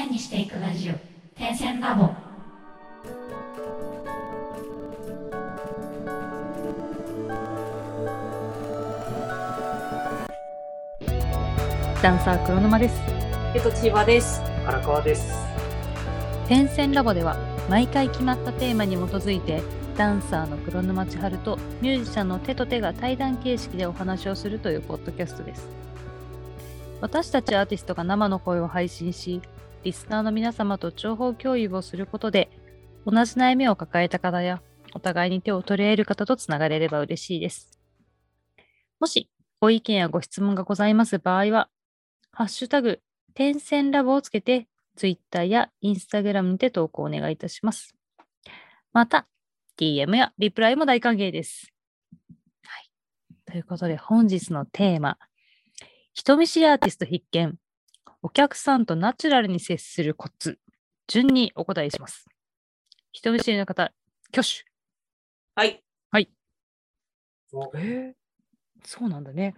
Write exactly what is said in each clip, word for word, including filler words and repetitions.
線にしていくラジオ、点線ラボ。 ダンサー黒沼です。 えっと千葉です。 荒川です。 点線ラボでは毎回決まったテーマに基づいてダンサーの黒沼千春とミュージシャンの手と手が対談形式でお話をするというポッドキャストです。私たちアーティストが生の声を配信し、リスナーの皆様と情報共有をすることで、同じ悩みを抱えた方やお互いに手を取り合える方とつながれれば嬉しいです。もしご意見やご質問がございます場合は、ハッシュタグ点線ラボをつけて Twitter や Instagram にて投稿をお願いいたします。また ディーエム やリプライも大歓迎です。はい、ということで本日のテーマ、人見知りアーティスト必見、お客さんとナチュラルに接するコツ、順にお答えします。人見知りの方、挙手。 はい。 はい。えー、そうなんだね。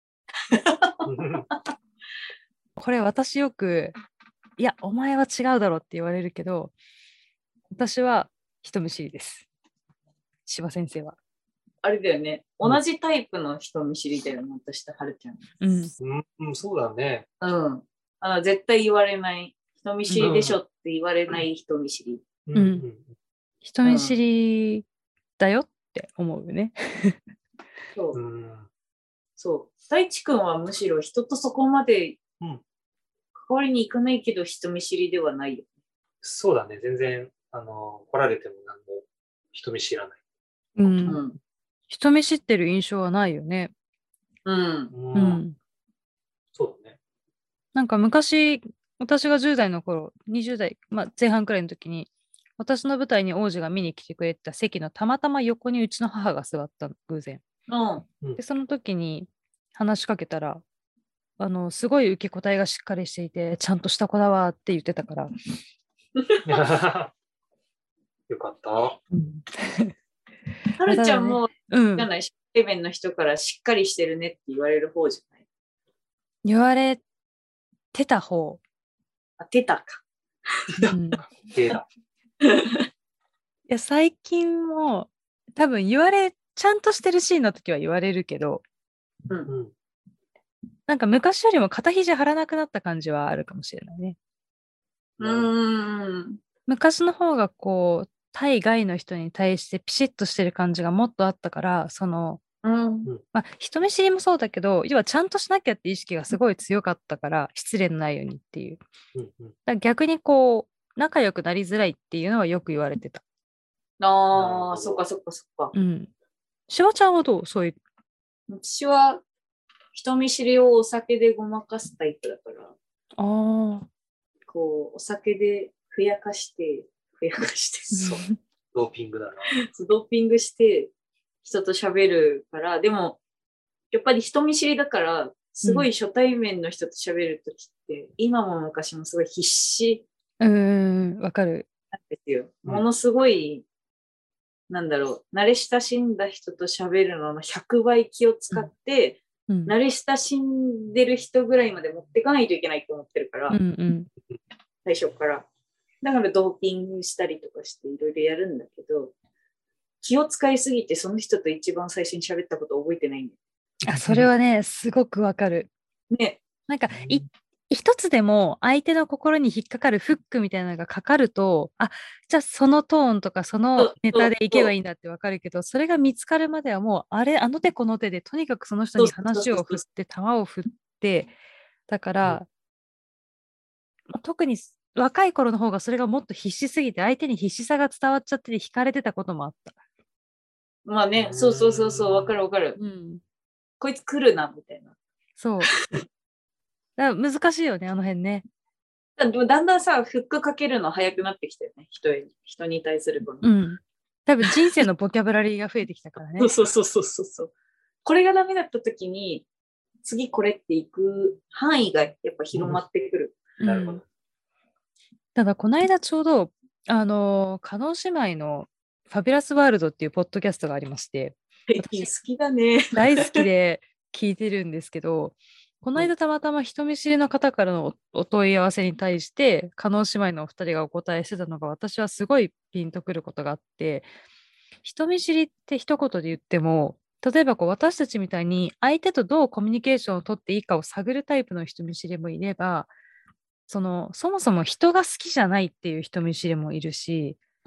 これ私よく、いや、お前は違うだろって言われるけど、私は人見知りです。柴先生は。 あれだよね。同じタイプの人見知りだよね、私とはるちゃん。 うん、 うん、そうだね。 うん。あの絶対言われない。人見知りでしょって言われない人見知り。 うん。うん、人見知りだよって思うよね。 そう。うん、そう。大地君はむしろ人とそこまで関わりに行かないけど人見知りではないよね。 そうだね。全然、あの、来られても何も人見知らない。 うん。うん、人見知ってる印象はないよね。 うん。 うん。 そうだね。 なんか昔、私がじゅう代の頃、にじゅう代、まあ、前半くらいの時に、私の舞台に王子が見に来てくれた席のたまたま横にうちの母が座ったの、偶然。 うん、 で、その時に話しかけたら、あの、すごい受け答えがしっかりしていて、ちゃんとした子だわって言ってたから。 よかった。はるちゃんも、うん、じゃない、初対面の人からしっかりしてるねって言われる方じゃない？ 言われてた方。 あ、てたか。 うん、 てた。 いや、最近も多分言われ、ちゃんとしてるシーンの時は言われるけど、 うん、 なんか昔よりも肩肘張らなくなった感じはあるかもしれないね。 うーん。 昔の方がこう、対外の人に対してピシッとしてる感じがもっとあったから、その、 うんまあ、人見知りもそうだけど、要はちゃんとしなきゃって意識がすごい強かったから、失礼のないようにっていう。 うんうん、 だから逆にこう、仲良くなりづらいっていうのはよく言われてた。 ああ、そっかそっかそっか。 うん。しわちゃんはどう？そういう。 私は人見知りをお酒でごまかすタイプだから。ああ。 こう、お酒でふやかして、ふやかして。 そう。ドーピングだな。 ドーピングして人と喋るから、でも、やっぱり人見知りだから、すごい初対面の人と喋るときって、うん、今も昔もすごい必死。 うーん、わかる。 なんですよ。ものすごい、うん、なんだろう、慣れ親しんだ人と喋るののひゃくばい気を使って、うん、慣れ親しんでる人ぐらいまで持っていかないといけないと思ってるから、 うんうん、 最初から。だからドーピングしたりとかしていろいろやるんだけど、気を使いすぎてその人と一番最初に喋ったことを覚えてないんだよ。 あ、それはね、すごくわかる。 ね。 なんか、い、一つでも相手の心に引っかかるフックみたいなのがかかると、あ、じゃあそのトーンとかそのネタでいけばいいんだってわかるけど、それが見つかるまではもう、あれ、あの手この手で、とにかくその人に話を振って、球を振って、だから、うん、特に若い頃の方がそれがもっと必死すぎて、相手に必死さが伝わっちゃって惹かれてたこともあった。 まあね、そうそうそうそう、わかるわかる。うん、こいつ来るな、みたいな。 そう。だから難しいよね、あの辺ね。 だんだんさ、フックかけるの早くなってきたよね、人に、人に対するこの。 うん。多分人生のボキャブラリーが増えてきたからね。 そうそうそうそうそう。これがダメだった時に、次これっていく範囲がやっぱ広まってくる。 うん、なるほど。ただ、この間ちょうど、あの、加納姉妹のファビュラスワールドっていうポッドキャストがありまして、 私好きだね。 大好きで聞いてるんですけど、 この間たまたま人見知りの方からのお、お問い合わせに対して、加納姉妹のお二人がお答えしてたのが、私はすごいピンとくることがあって、人見知りって一言で言っても、例えばこう私たちみたいに相手とどうコミュニケーションを取っていいかを探るタイプの人見知りもいれば、そのそもそも人が好きじゃないっていう人見知りもいるし、 うん。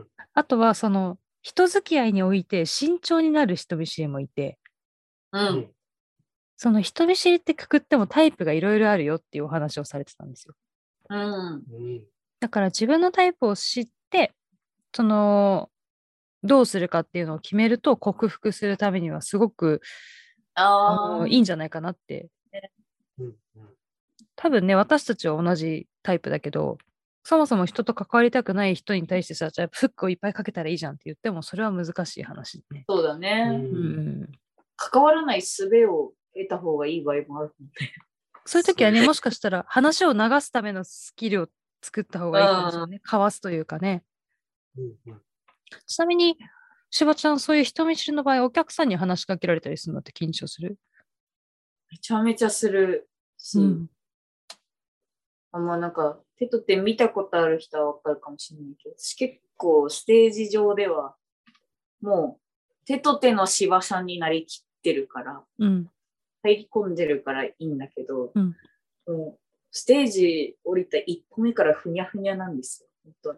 あとはその人付き合いにおいて慎重になる人見知りもいて、 う。 うんん。 その人見知りってくくってもタイプがいろいろあるよっていうお話をされてたんですよ。 うん。 うん。 だから自分のタイプを知って、そのどうするかっていうのを決めると克服するためにはすごくあああ。 のいいんじゃないかなって。 うん。うん多分ね、私たちは同じタイプだけど、そもそも人と関わりたくない人に対してさ、じゃあフックをいっぱいかけたらいいじゃんって言っても、それは難しい話ね。 そうだうね。 うんん。 関わらない術を得た方がいい場合もあるもんね。 そういう時はね、 そうもしかしたら話を流すためのスキルを作った方がいいかもしれないね。かわすというかね。 うんうんちなみに、しばちゃん、そういう人見知りの場合、お客さんに話しかけられたりするのって緊張する？ めちゃめちゃするし、 うん。 あまあなんか、手と手見たことある人はわかるかもしれないけど、私結構ステージ上では、もう手と手の芝さんになりきってるから、 うん。 入り込んでるからいいんだけど、 うん。 もうステージ降りた一歩目からふにゃふにゃなんですよ、本当に。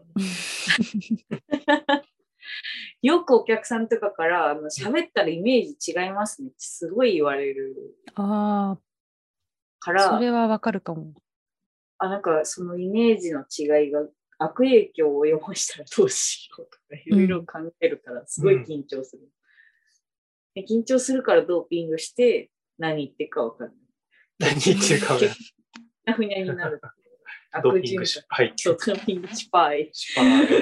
よくお客さんとかからあの喋ったらイメージ違いますねってすごい言われるああ、 から、 それはわかるかも。 あ、なんかそのイメージの違いが悪影響を及ぼしたらどうしようとかいろいろ考えるからすごい緊張する。で緊張するからドーピングして何言ってるかわかんない。 何言ってるかわかんない。 ふにゃふにゃになる。 ドーピング失敗。 そう、ドーピング失敗。 失敗。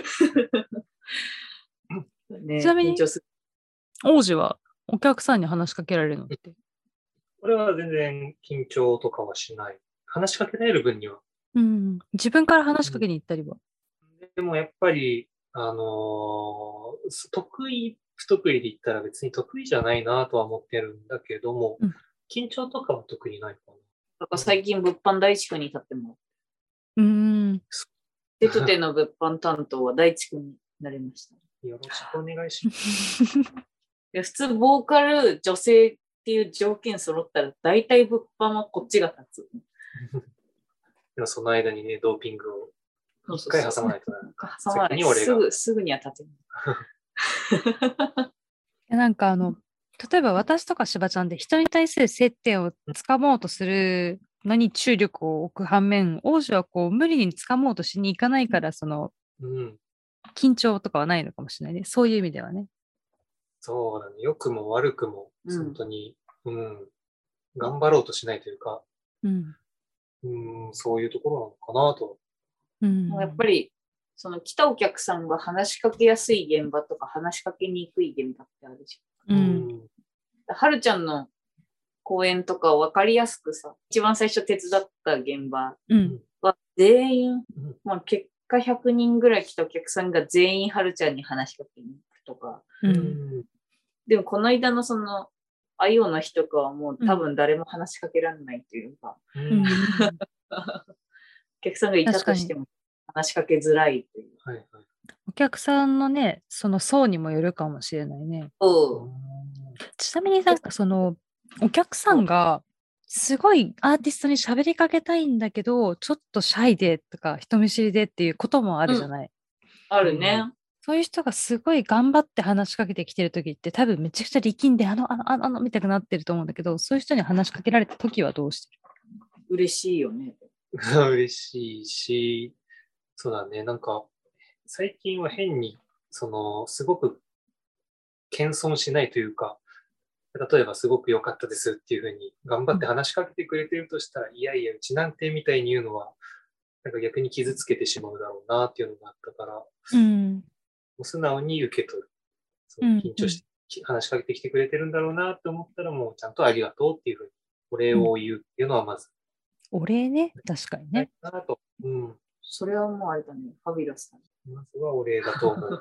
ね、 ちなみに緊張する。 王子はお客さんに話しかけられるのって。 これは全然緊張とかはしない。話しかけられる分には。 うん。自分から話しかけに行ったりは。 でもやっぱり、あのー得意、不得意で言ったら別に得意じゃないなとは思ってるんだけども、 うん緊張とかは特にないかな。 だから最近物販大地区に立ってもうーん。 手と手の物販担当は大地区になりました。 よろしくお願いします。 いや普通、ボーカル、女性っていう条件揃ったら、大体物販はこっちが立つ。 でもその間にね、ドーピングを一回挟まないとな。 挟まない。すぐ、すぐには立てない。 なんかあの、例えば私とかしばちゃんで人に対する接点をつかもうとするのに注力を置く反面、王子はこう無理につかもうとしに行かないから、そのうん。 緊張とかはないのかもしれないね。そういう意味ではね。 そうだね。良くも悪くも、 うん本当に、うん、頑張ろうとしないというか、 うん。 うん、そういうところなのかなと。 うん。 もうやっぱり、その来たお客さんが話しかけやすい現場とか話しかけにくい現場ってあるじう。 うんん。 ゃん。はるちゃんの講演とかを分かりやすくさ、一番最初手伝った現場うん。 は全員、 うんまあ、結果ひゃくにんぐらい来たお客さんが全員はるちゃんに話しかけに行くとか。 う。 うんん。 でもこの間のその、アイオの日とかはもう多分誰も話しかけられないというか、 ううんん。 お客さんがいたとしても話しかけづらいという。 はいはい。 お客さんのね、その層にもよるかもしれないね。 そちなみになんかそのお客さんがすごいアーティストに喋りかけたいんだけど、ちょっとシャイでとか人見知りでっていうこともあるじゃない。 う。あるね。 そういう人がすごい頑張って話しかけてきてる時って多分めちゃくちゃ力んであのあのあのあのみたいになってると思うんだけど、そういう人に話しかけられた時はどうしてる？ 嬉しいよね。 嬉しいし、そうだね、なんか、最近は変に、その、すごく謙遜しないというか、例えばすごく良かったですっていうふうに頑張って話しかけてくれてるとしたら、いやいや、うちなんてみたいに言うのは、なんか逆に傷つけてしまうだろうなっていうのがあったから、もうん。 う素直に受け取る。その緊張して、話しかけてきてくれてるんだろうなって思ったら、もうちゃんとありがとうっていうふうに、お礼を言うっていうのはまず、 お礼ね、確かにね。 なと。うん。 それはもうあれだね。ファビュラスだね。 まずはお礼だと思う。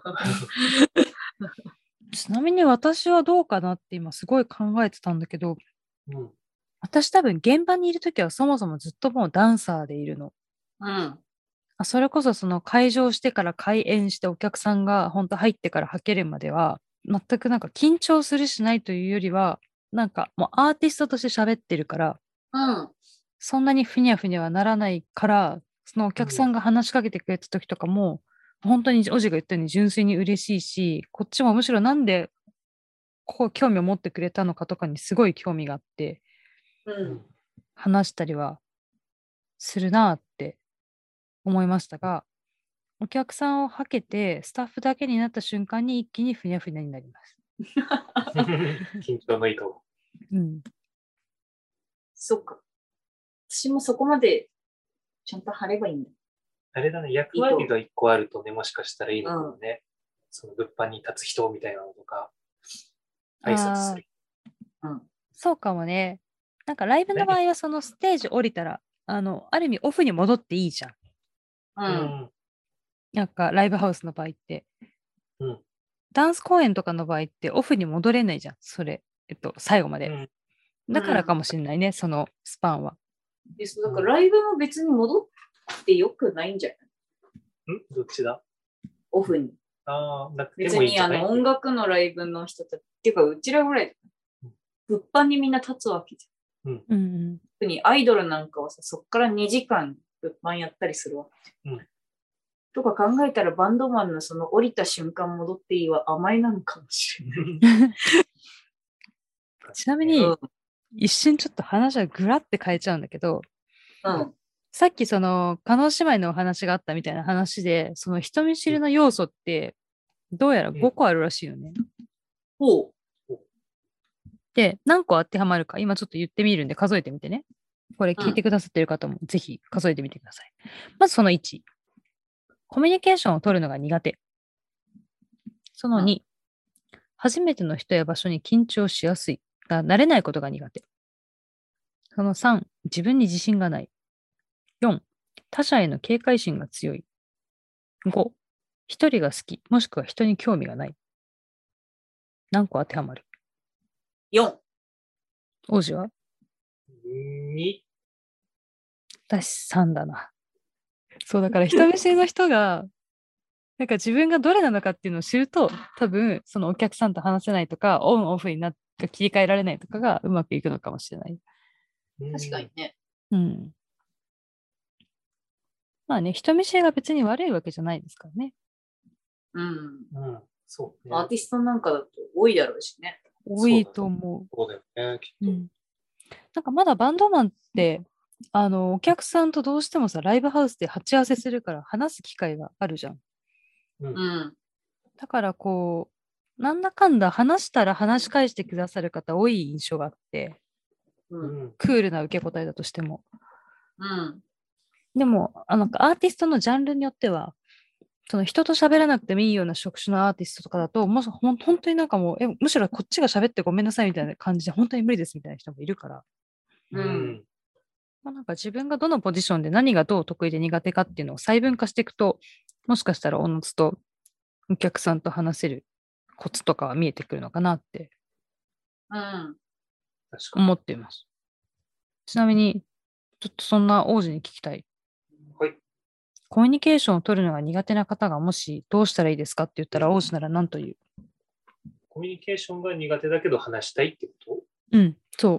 ちなみに私はどうかなって今すごい考えてたんだけど、 うん。 私多分現場にいるときはそもそもずっともうダンサーでいるの。 うん。 あそれこそその会場してから開演してお客さんが本当入ってからはけるまでは、全くなんか緊張するしないというよりは、なんかもうアーティストとして喋ってるから、 うん。 そんなにふにゃふにゃはならないから、そのお客さんが話しかけてくれた時とかも、本当におじが言ったように純粋に嬉しいし、こっちもむしろなんでこう興味を持ってくれたのかとかにすごい興味があって、 うん。 話したりはするなって思いましたが、お客さんをはけてスタッフだけになった瞬間に一気にふにゃふにゃになります。 緊張のいいとこ。 うん。 そっか。私もそこまでちゃんと貼ればいいんだ。 あれだね、役割が一個あるとね、もしかしたらいいのかもね。その物販に立つ人みたいなのとか、挨拶する。 うん。 そうかもね。なんかライブの場合はそのステージ降りたら、あの、ある意味オフに戻っていいじゃん。 う。 うんん。 なんかライブハウスの場合って。 うん。 ダンス公演とかの場合ってオフに戻れないじゃん。それ、えっと、最後まで。 うん。 だからかもしれないね、そのスパンは。 で、だからライブも別に戻ってよくないんじゃない？ んどっちだ？ オフに。 ああ、なくて別もいいんじゃない？ にあの音楽のライブの人たち、っていうかうちらぐらい、物販にみんな立つわけじうん。 うんうん。 ゃん。特にアイドルなんかはさ、そっからにじかん物販やったりするわけじゃん。 うん。 とか考えたらバンドマンのその降りた瞬間戻っていいは甘いなのかもしれない。 ちなみに、 うん一瞬ちょっと話はぐらって変えちゃうんだけど、 うん。 さっきその、叶姉妹のお話があったみたいな話で、その人見知りの要素って、どうやらごこあるらしいよね。 ほう。 で、何個当てはまるか、今ちょっと言ってみるんで数えてみてね。これ聞いてくださってる方もぜひ数えてみてください。まずそのいち、コミュニケーションを取るのが苦手。そのに、初めての人や場所に緊張しやすい。が慣れないことが苦手。そのさん、自分に自信がない。よん、他者への警戒心が強い。ご、一人が好き、もしくは人に興味がない。何個当てはまる？ よん。 王子は？ に。 私さんだな。そう、だから人見知りの人が、なんか自分がどれなのかっていうのを知ると、多分、そのお客さんと話せないとか、オンオフになって切り替えられないとかがうまくいくのかもしれない。 確かにね。 うん。まあね、人見知りが別に悪いわけじゃないですからね。 うん。 うん。そうね。 アーティストなんかだと多いだろうしね。 多いと思う。 そうだよね、きっと。 うん。なんかまだバンドマンって、あの、お客さんとどうしてもさ、ライブハウスで鉢合わせするから話す機会があるじゃん。 う。 うんん。 だからこう、なんだかんだ話したら話し返してくださる方多い印象があって、 う。 うんん。 クールな受け答えだとしても。 うん。 でも、あのアーティストのジャンルによっては、その人と喋らなくてもいいような職種のアーティストとかだと、もうほん本当になんかもう、え、むしろこっちが喋ってごめんなさいみたいな感じで、本当に無理ですみたいな人もいるから、 うん。 まあ、なんか自分がどのポジションで何がどう得意で苦手かっていうのを細分化していくと、もしかしたらおのずとお客さんと話せるコツとかは見えてくるのかなってうん。 確かに。 思っています。ちなみに、ちょっとそんな王子に聞きたい。 はい。 コミュニケーションを取るのが苦手な方がもしどうしたらいいですかって言ったら、王子なら何と言う？ コミュニケーションが苦手だけど話したいってこうん、そう。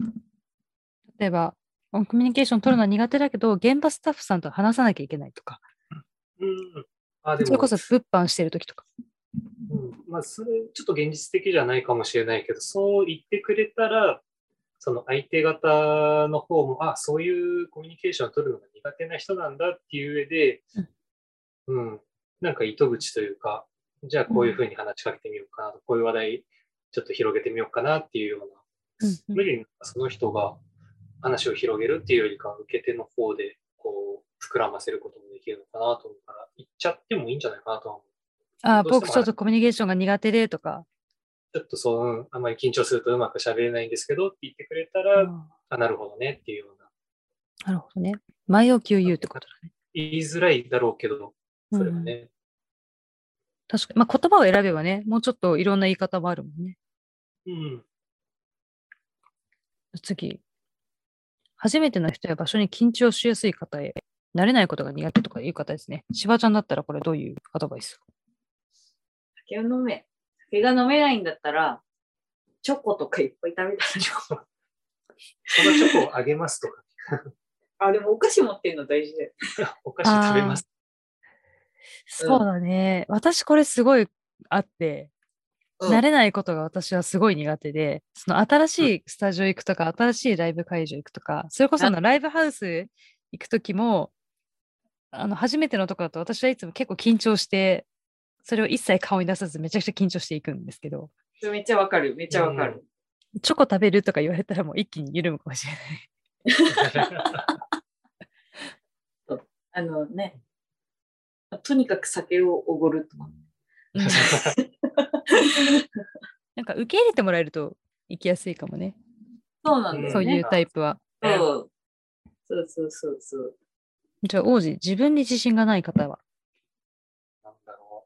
例えば、コミュニケーション取るのは苦手だけど、現場スタッフさんと話さなきゃいけないとか、 と？うん。あ、でも、 それこそ物販してるときとか。 うん、まあ、それ、ちょっと現実的じゃないかもしれないけど、そう言ってくれたら、その相手方の方も、あ、そういうコミュニケーションを取るのが苦手な人なんだっていう上で、うん、うん、なんか糸口というか、じゃあこういうふうに話しかけてみようかなと、こういう話題ちょっと広げてみようかなっていうような、 うんうん、 無理にその人が話を広げるっていうよりかは、受け手の方でこう膨らませることもできるのかなと思うから、言っちゃってもいいんじゃないかなとは思う。 あ、僕ちょっとコミュニケーションが苦手でとか。 ちょっとそう、うん、あんまり緊張するとうまく喋れないんですけどって言ってくれたら、あ, あ、なるほどねっていうような。 なるほどね。前置きを言うってことだね。 言いづらいだろうけど、それはね。 うん、確かに。まあ言葉を選べばね、もうちょっといろんな言い方もあるもんね。 うん。 次。 初めての人や場所に緊張しやすい方へ、慣れないことが苦手とかいう方ですね。しばちゃんだったらこれどういうアドバイス？ 酒を飲め。酒が飲めないんだったら、チョコとかいっぱい食べたら。 そのチョコをあげますとか。 あ、でもお菓子持ってるの大事だよ。 お菓子食べます。 そうだね。うん、私これすごいあって、うん、慣れないことが私はすごい苦手で、その新しいスタジオ行くとか、うん、新しいライブ会場行くとか、それこそのライブハウス行くときも、あの初めてのとこだと私はいつも結構緊張して、それを一切顔に出さずめちゃくちゃ緊張していくんですけど。 めっちゃわかる、めっちゃわかる、 うん。チョコ食べるとか言われたらもう一気に緩むかもしれない。 あのね、とにかく酒をおごるとか。 なんか受け入れてもらえると行きやすいかもね。 そうなんだよね。 そういうタイプは。 そうそうそうそうそう。 じゃあ王子、自分に自信がない方は？ なんだろ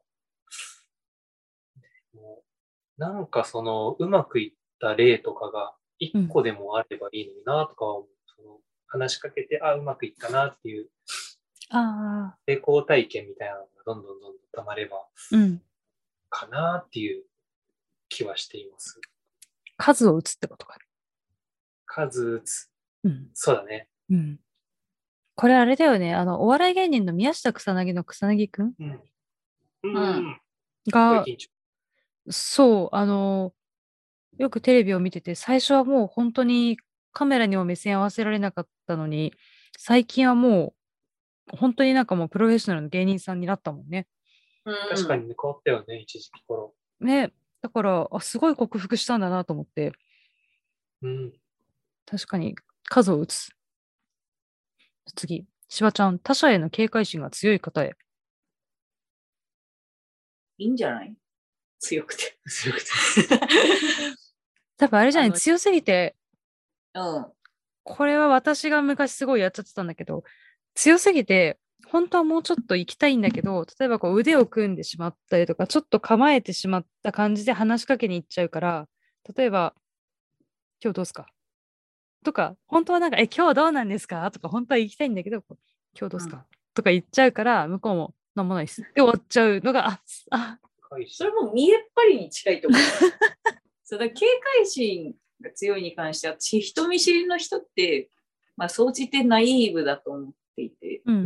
う。もうなんかそのうまくいった例とかが一個でもあればいいのになとか思う、うん、その話しかけて、あ、うまくいったなっていうあ成功体験みたいなのがどんどんどんどん溜まれば、 うん、 かなっていう気はしています。 数を打つってことか。 数打つ。 うん、 そうだね。 うん。これあれだよね。あの、お笑い芸人の宮下草薙の草薙くん、 うんうん、 が、そう、あの、よくテレビを見てて、最初はもう本当にカメラにも目線合わせられなかったのに、最近はもう本当になんかもうプロフェッショナルの芸人さんになったもんね。 確かにね、変わったよね、一時期頃。 ね、だからあ、すごい克服したんだなと思って。 うん。 確かに数を打つ。次、しばちゃん、他者への警戒心が強い方へ。 いいんじゃない？強くて。 強くて。 多分あれじゃない、強すぎて、 うん。 これは私が昔すごいやっちゃってたんだけど、強すぎて、本当はもうちょっと行きたいんだけど、例えばこう腕を組んでしまったりとか、ちょっと構えてしまった感じで話しかけに行っちゃうから、例えば、今日どうすかとか、本当はなんか、え、今日どうなんですかとか、本当は行きたいんだけど、今日どうすか、うん、とか言っちゃうから、向こうもなんもないです。で終わっちゃうのが、あ、あ。 それも見えっ張りに近いと思う。そうだ、警戒心が強いに関しては、私、人見知りの人って、まあ、総じてナイーブだと思っていて、 うん、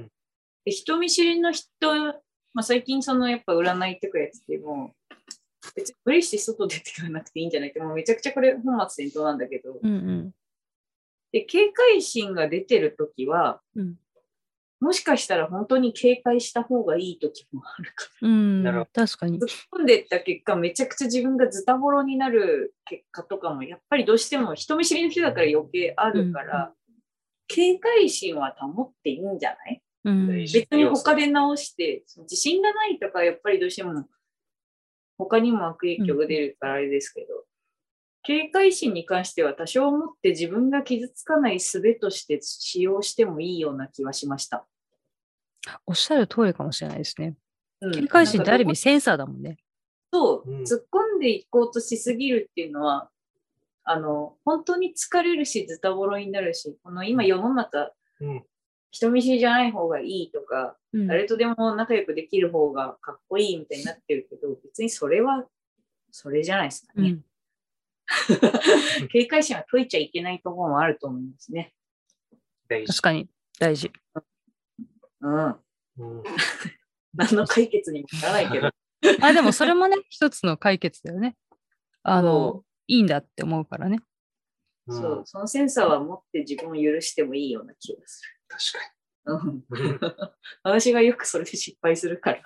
で人見知りの人、まあ、最近そのやっぱ占いとかやってても、別に無理して外出てかなくていいんじゃないって、もうめちゃくちゃこれ本末転倒なんだけど、 うんうん、 で警戒心が出てるときは、うん、もしかしたら本当に警戒した方がいいときもあるから。 うん、確かに。 突っ込んでいった結果、めちゃくちゃ自分がズタボロになる結果とかも、やっぱりどうしても人見知りの人だから余計あるから、うん、警戒心は保っていいんじゃない？うん、別に他で直して、自信がないとか、やっぱりどうしても他にも悪影響が出るからあれですけど、うん、警戒心に関しては多少持って自分が傷つかない術として使用してもいいような気はしました。 おっしゃる通りかもしれないですね。うん、警戒心ってある意味センサーだもんね。 そう、うん、突っ込んでいこうとしすぎるっていうのは、あの、本当に疲れるし、ズタボロになるし、この今世の中、うん、人見知りじゃない方がいいとか、うん、誰とでも仲良くできる方がかっこいいみたいになってるけど、別にそれは、それじゃないですかね。うん警戒心は解いちゃいけないところもあると思いますね。 確かに大事。 うん。うん、何の解決にもならないけど。 あ、でもそれもね、一つの解決だよね。あの、いいんだって思うからね。 そう、そのセンサーは持って自分を許してもいいような気がする。確かに。うん、私がよくそれで失敗するから。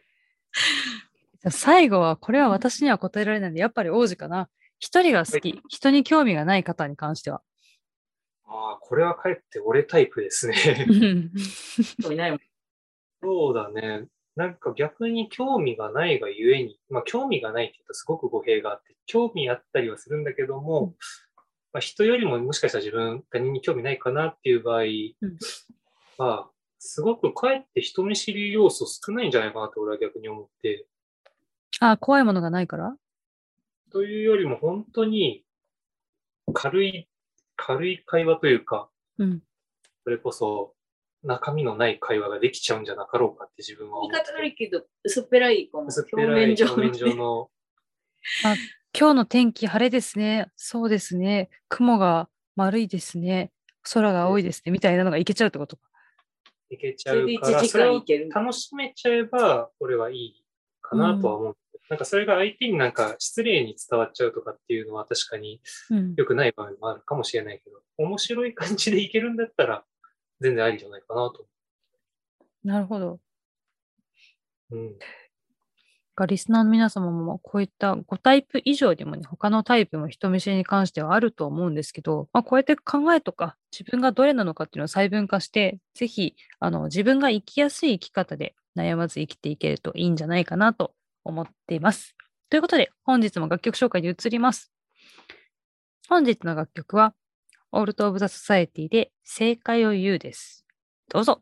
最後は、これは私には答えられないんで、やっぱり王子かな。一人が好き、はい、人に興味がない方に関しては。 ああ、これはかえって俺タイプですね。 興味ないもん。 そうだね。なんか逆に興味がないがゆえに、まあ興味がないって言うとすごく語弊があって、興味あったりはするんだけども、うん、まあ、人よりももしかしたら自分、他人に興味ないかなっていう場合は、うん、まあ、すごくかえって人見知り要素少ないんじゃないかなと俺は逆に思って。 ああ、怖いものがないから？ というよりも本当に軽い、 軽い会話というか、 うん、 それこそ中身のない会話ができちゃうんじゃなかろうかって自分は思って。 言い方悪いけど、薄っぺらい、この薄っぺらい表面上の。 あ、今日の天気晴れですね。そうですね。雲が丸いですね。空が青いですね。みたいなのがいけちゃうってことか。 いけちゃうから、それを楽しめちゃえば、これはいいかなとは思う。うん、なんかそれが相手になんか失礼に伝わっちゃうとかっていうのは確かに良くない場面もあるかもしれないけど、うん、面白い感じでいけるんだったら全然ありじゃないかなと。 なるほど。 うん。 リスナーの皆様もこういったごタイプ以上にもね、他のタイプも人見知りに関してはあると思うんですけど、まあ、こうやって考えとか自分がどれなのかっていうのを細分化して、ぜひあの自分が生きやすい生き方で悩まず生きていけるといいんじゃないかなと思っています。ということで本日も楽曲紹介に移ります。本日の楽曲はオールト・オブ・ザ・ソサエティで正解を言うです。どうぞ。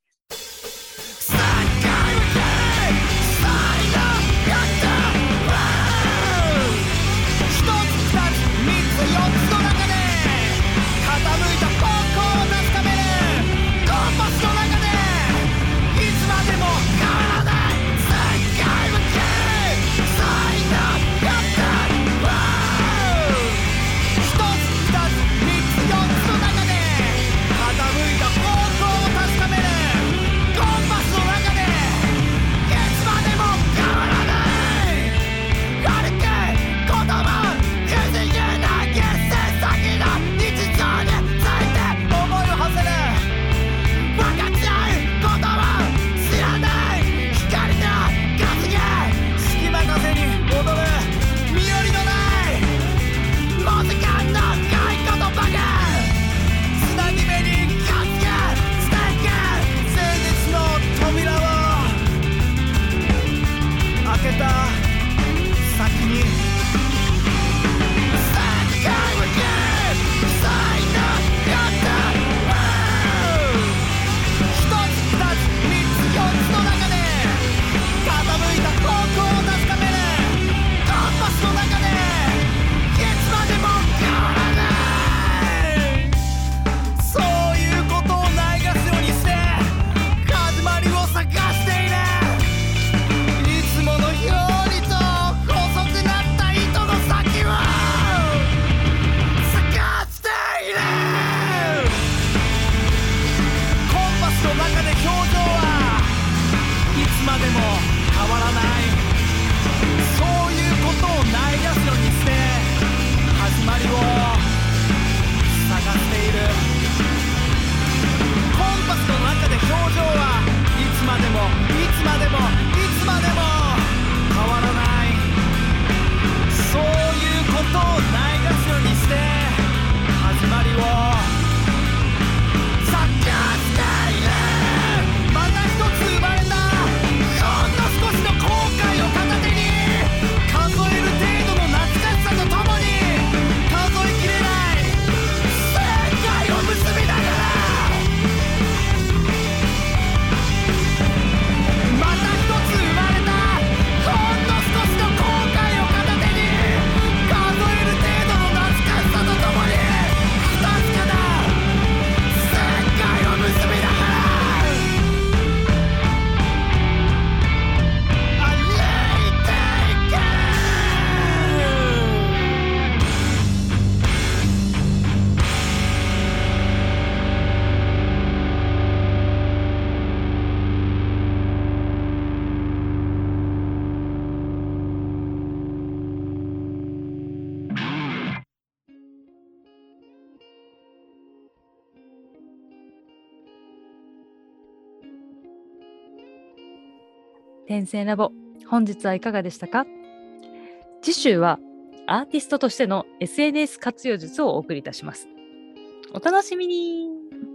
天線ラボ、本日はいかがでしたか？次週はアーティストとしての エスエヌエス 活用術をお送りいたします。お楽しみに。